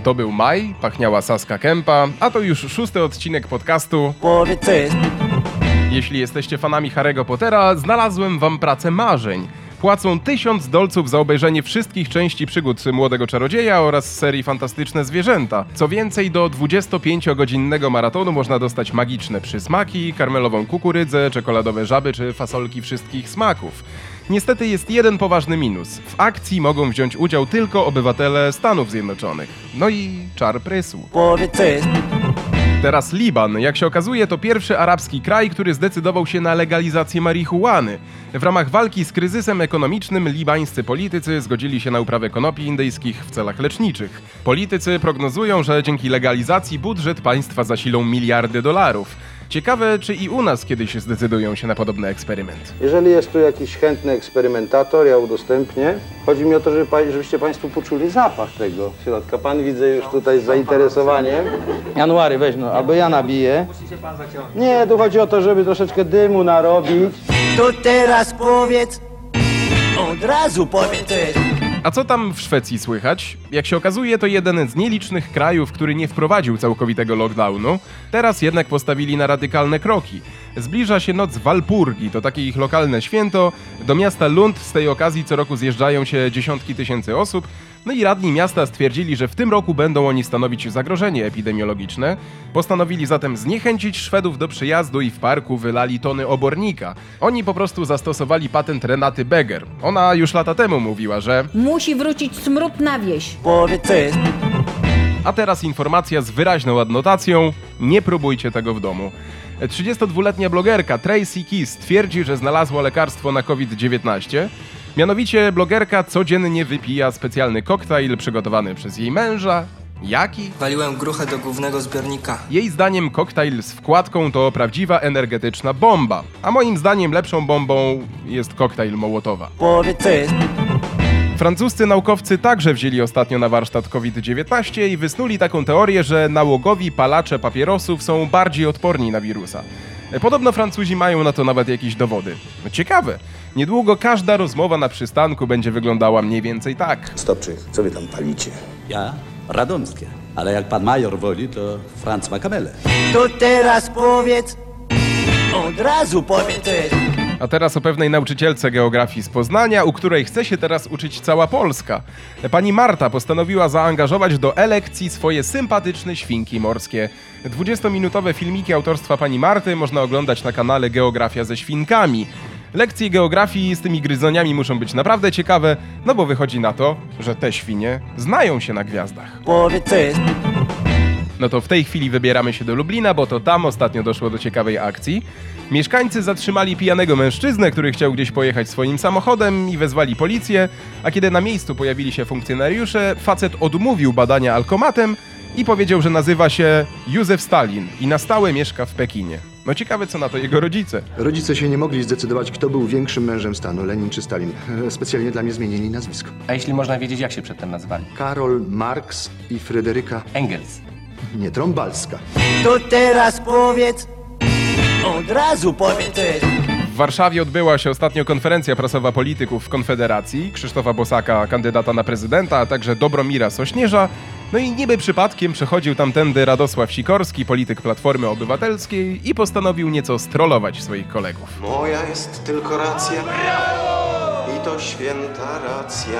To był maj, pachniała Saska Kępa, a to już 6. odcinek podcastu. Jeśli jesteście fanami Harry'ego Pottera, znalazłem wam pracę marzeń. Płacą $1000 za obejrzenie wszystkich części przygód Młodego Czarodzieja oraz serii Fantastyczne Zwierzęta. Co więcej, do 25-godzinnego maratonu można dostać magiczne przysmaki, karmelową kukurydzę, czekoladowe żaby czy fasolki wszystkich smaków. Niestety jest jeden poważny minus. W akcji mogą wziąć udział tylko obywatele Stanów Zjednoczonych. No i czar prysł. Teraz Liban. Jak się okazuje, to pierwszy arabski kraj, który zdecydował się na legalizację marihuany. W ramach walki z kryzysem ekonomicznym libańscy politycy zgodzili się na uprawę konopi indyjskich w celach leczniczych. Politycy prognozują, że dzięki legalizacji budżet państwa zasilą miliardy dolarów. Ciekawe, czy i u nas kiedyś zdecydują się na podobny eksperyment. Jeżeli jest tu jakiś chętny eksperymentator, ja udostępnię. Chodzi mi o to, żebyście Państwo poczuli zapach tego środka. Pan widzę już tutaj z zainteresowaniem. January, weź no, albo ja nabiję. Musi się pan zaciągnąć. Nie, tu chodzi o to, żeby troszeczkę dymu narobić. To teraz powiedz, od razu powiedz. A co tam w Szwecji słychać? Jak się okazuje, to jeden z nielicznych krajów, który nie wprowadził całkowitego lockdownu. Teraz jednak postawili na radykalne kroki. Zbliża się noc Walpurgi, to takie ich lokalne święto. Do miasta Lund z tej okazji co roku zjeżdżają się dziesiątki tysięcy osób. No i radni miasta stwierdzili, że w tym roku będą oni stanowić zagrożenie epidemiologiczne. Postanowili zatem zniechęcić Szwedów do przyjazdu i w parku wylali tony obornika. Oni po prostu zastosowali patent Renaty Beger. Ona już lata temu mówiła, że musi wrócić smród na wieś. Powiedz. A teraz informacja z wyraźną adnotacją: nie próbujcie tego w domu. 32-letnia blogerka Tracy Kiss twierdzi, że znalazła lekarstwo na COVID-19. Mianowicie blogerka codziennie wypija specjalny koktajl przygotowany przez jej męża. Jaki? Waliłem gruchę do głównego zbiornika. Jej zdaniem koktajl z wkładką to prawdziwa energetyczna bomba. A moim zdaniem lepszą bombą jest koktajl Mołotowa. Powiedz. Francuscy naukowcy także wzięli ostatnio na warsztat COVID-19 i wysnuli taką teorię, że nałogowi palacze papierosów są bardziej odporni na wirusa. Podobno Francuzi mają na to nawet jakieś dowody. Ciekawe. Niedługo każda rozmowa na przystanku będzie wyglądała mniej więcej tak. Stopczyk, co wy tam palicie? Ja? Radomskie. Ale jak pan major woli, to Franc ma kamelę. To teraz powiedz, od razu powiedz. A teraz o pewnej nauczycielce geografii z Poznania, u której chce się teraz uczyć cała Polska. Pani Marta postanowiła zaangażować do e-lekcji swoje sympatyczne świnki morskie. 20-minutowe filmiki autorstwa pani Marty można oglądać na kanale Geografia ze świnkami. Lekcje geografii z tymi gryzoniami muszą być naprawdę ciekawe, no bo wychodzi na to, że te świnie znają się na gwiazdach. Powiedz. No to w tej chwili wybieramy się do Lublina, bo to tam ostatnio doszło do ciekawej akcji. Mieszkańcy zatrzymali pijanego mężczyznę, który chciał gdzieś pojechać swoim samochodem i wezwali policję, a kiedy na miejscu pojawili się funkcjonariusze, facet odmówił badania alkomatem i powiedział, że nazywa się Józef Stalin i na stałe mieszka w Pekinie. No ciekawe, co na to jego rodzice. Rodzice się nie mogli zdecydować, kto był większym mężem stanu, Lenin czy Stalin. Specjalnie dla mnie zmienili nazwisko. A jeśli można wiedzieć, jak się przedtem nazywali? Karol Marx i Fryderyka... Engels. Nie, Trąbalska. To teraz powiedz, od razu powiedz. W Warszawie odbyła się ostatnio konferencja prasowa polityków Konfederacji, Krzysztofa Bosaka, kandydata na prezydenta, a także Dobromira Sośnierza. No i niby przypadkiem przechodził tamtędy Radosław Sikorski, polityk Platformy Obywatelskiej i postanowił nieco strollować swoich kolegów. Moja jest tylko racja i to święta racja.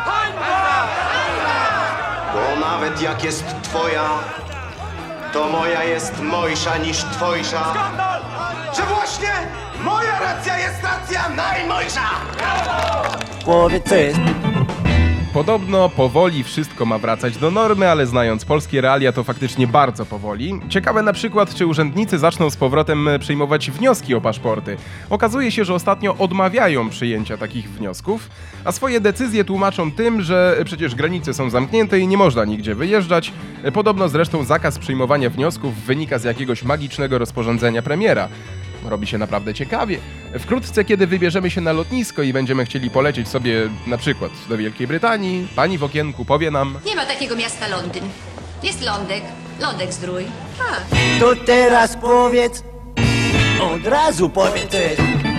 Bo nawet jak jest twoja, to moja jest mojsza niż twojsza. Że właśnie moja racja jest racja najmojsza! Powiedz. Podobno powoli wszystko ma wracać do normy, ale znając polskie realia to faktycznie bardzo powoli. Ciekawe na przykład, czy urzędnicy zaczną z powrotem przyjmować wnioski o paszporty. Okazuje się, że ostatnio odmawiają przyjęcia takich wniosków, a swoje decyzje tłumaczą tym, że przecież granice są zamknięte i nie można nigdzie wyjeżdżać. Podobno zresztą zakaz przyjmowania wniosków wynika z jakiegoś magicznego rozporządzenia premiera. Robi się naprawdę ciekawie. Wkrótce, kiedy wybierzemy się na lotnisko i będziemy chcieli polecieć sobie na przykład do Wielkiej Brytanii, pani w okienku powie nam: Nie ma takiego miasta Londyn. Jest Lądek. Lądek Zdrój. To teraz powiedz, od razu powiedz.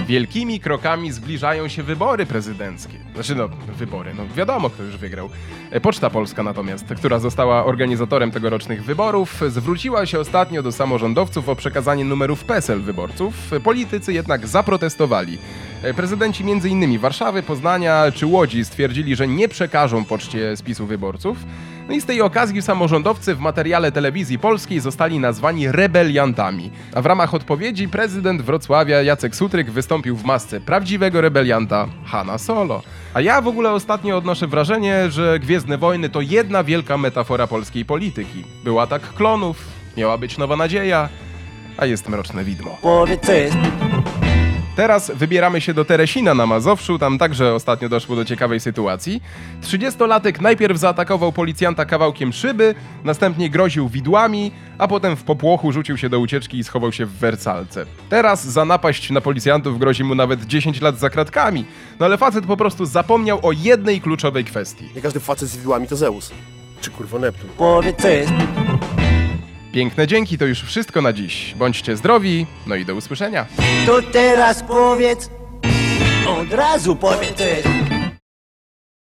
Wielkimi krokami zbliżają się wybory prezydenckie. Znaczy wybory, wiadomo kto już wygrał. Poczta Polska natomiast, która została organizatorem tegorocznych wyborów, zwróciła się ostatnio do samorządowców o przekazanie numerów PESEL wyborców. Politycy jednak zaprotestowali. Prezydenci m.in. Warszawy, Poznania czy Łodzi stwierdzili, że nie przekażą poczcie spisu wyborców. No i z tej okazji samorządowcy w materiale Telewizji Polskiej zostali nazwani rebeliantami. A w ramach odpowiedzi prezydent Wrocławia Jacek Sutryk wystąpił w masce prawdziwego rebelianta Hana Solo. A ja w ogóle ostatnio odnoszę wrażenie, że Gwiezdne Wojny to jedna wielka metafora polskiej polityki. Był atak klonów, miała być nowa nadzieja, a jest mroczne widmo. Powiedz, co jest. Teraz wybieramy się do Teresina na Mazowszu, tam także ostatnio doszło do ciekawej sytuacji. 30-latek najpierw zaatakował policjanta kawałkiem szyby, następnie groził widłami, a potem w popłochu rzucił się do ucieczki i schował się w wersalce. Teraz za napaść na policjantów grozi mu nawet 10 lat za kratkami, no ale facet po prostu zapomniał o jednej kluczowej kwestii. Nie każdy facet z widłami to Zeus. Czy kurwa Neptun. Powiedz, co jest. Piękne dzięki, to już wszystko na dziś. Bądźcie zdrowi, no i do usłyszenia. To teraz powiedz. Od razu powiedz, co jest.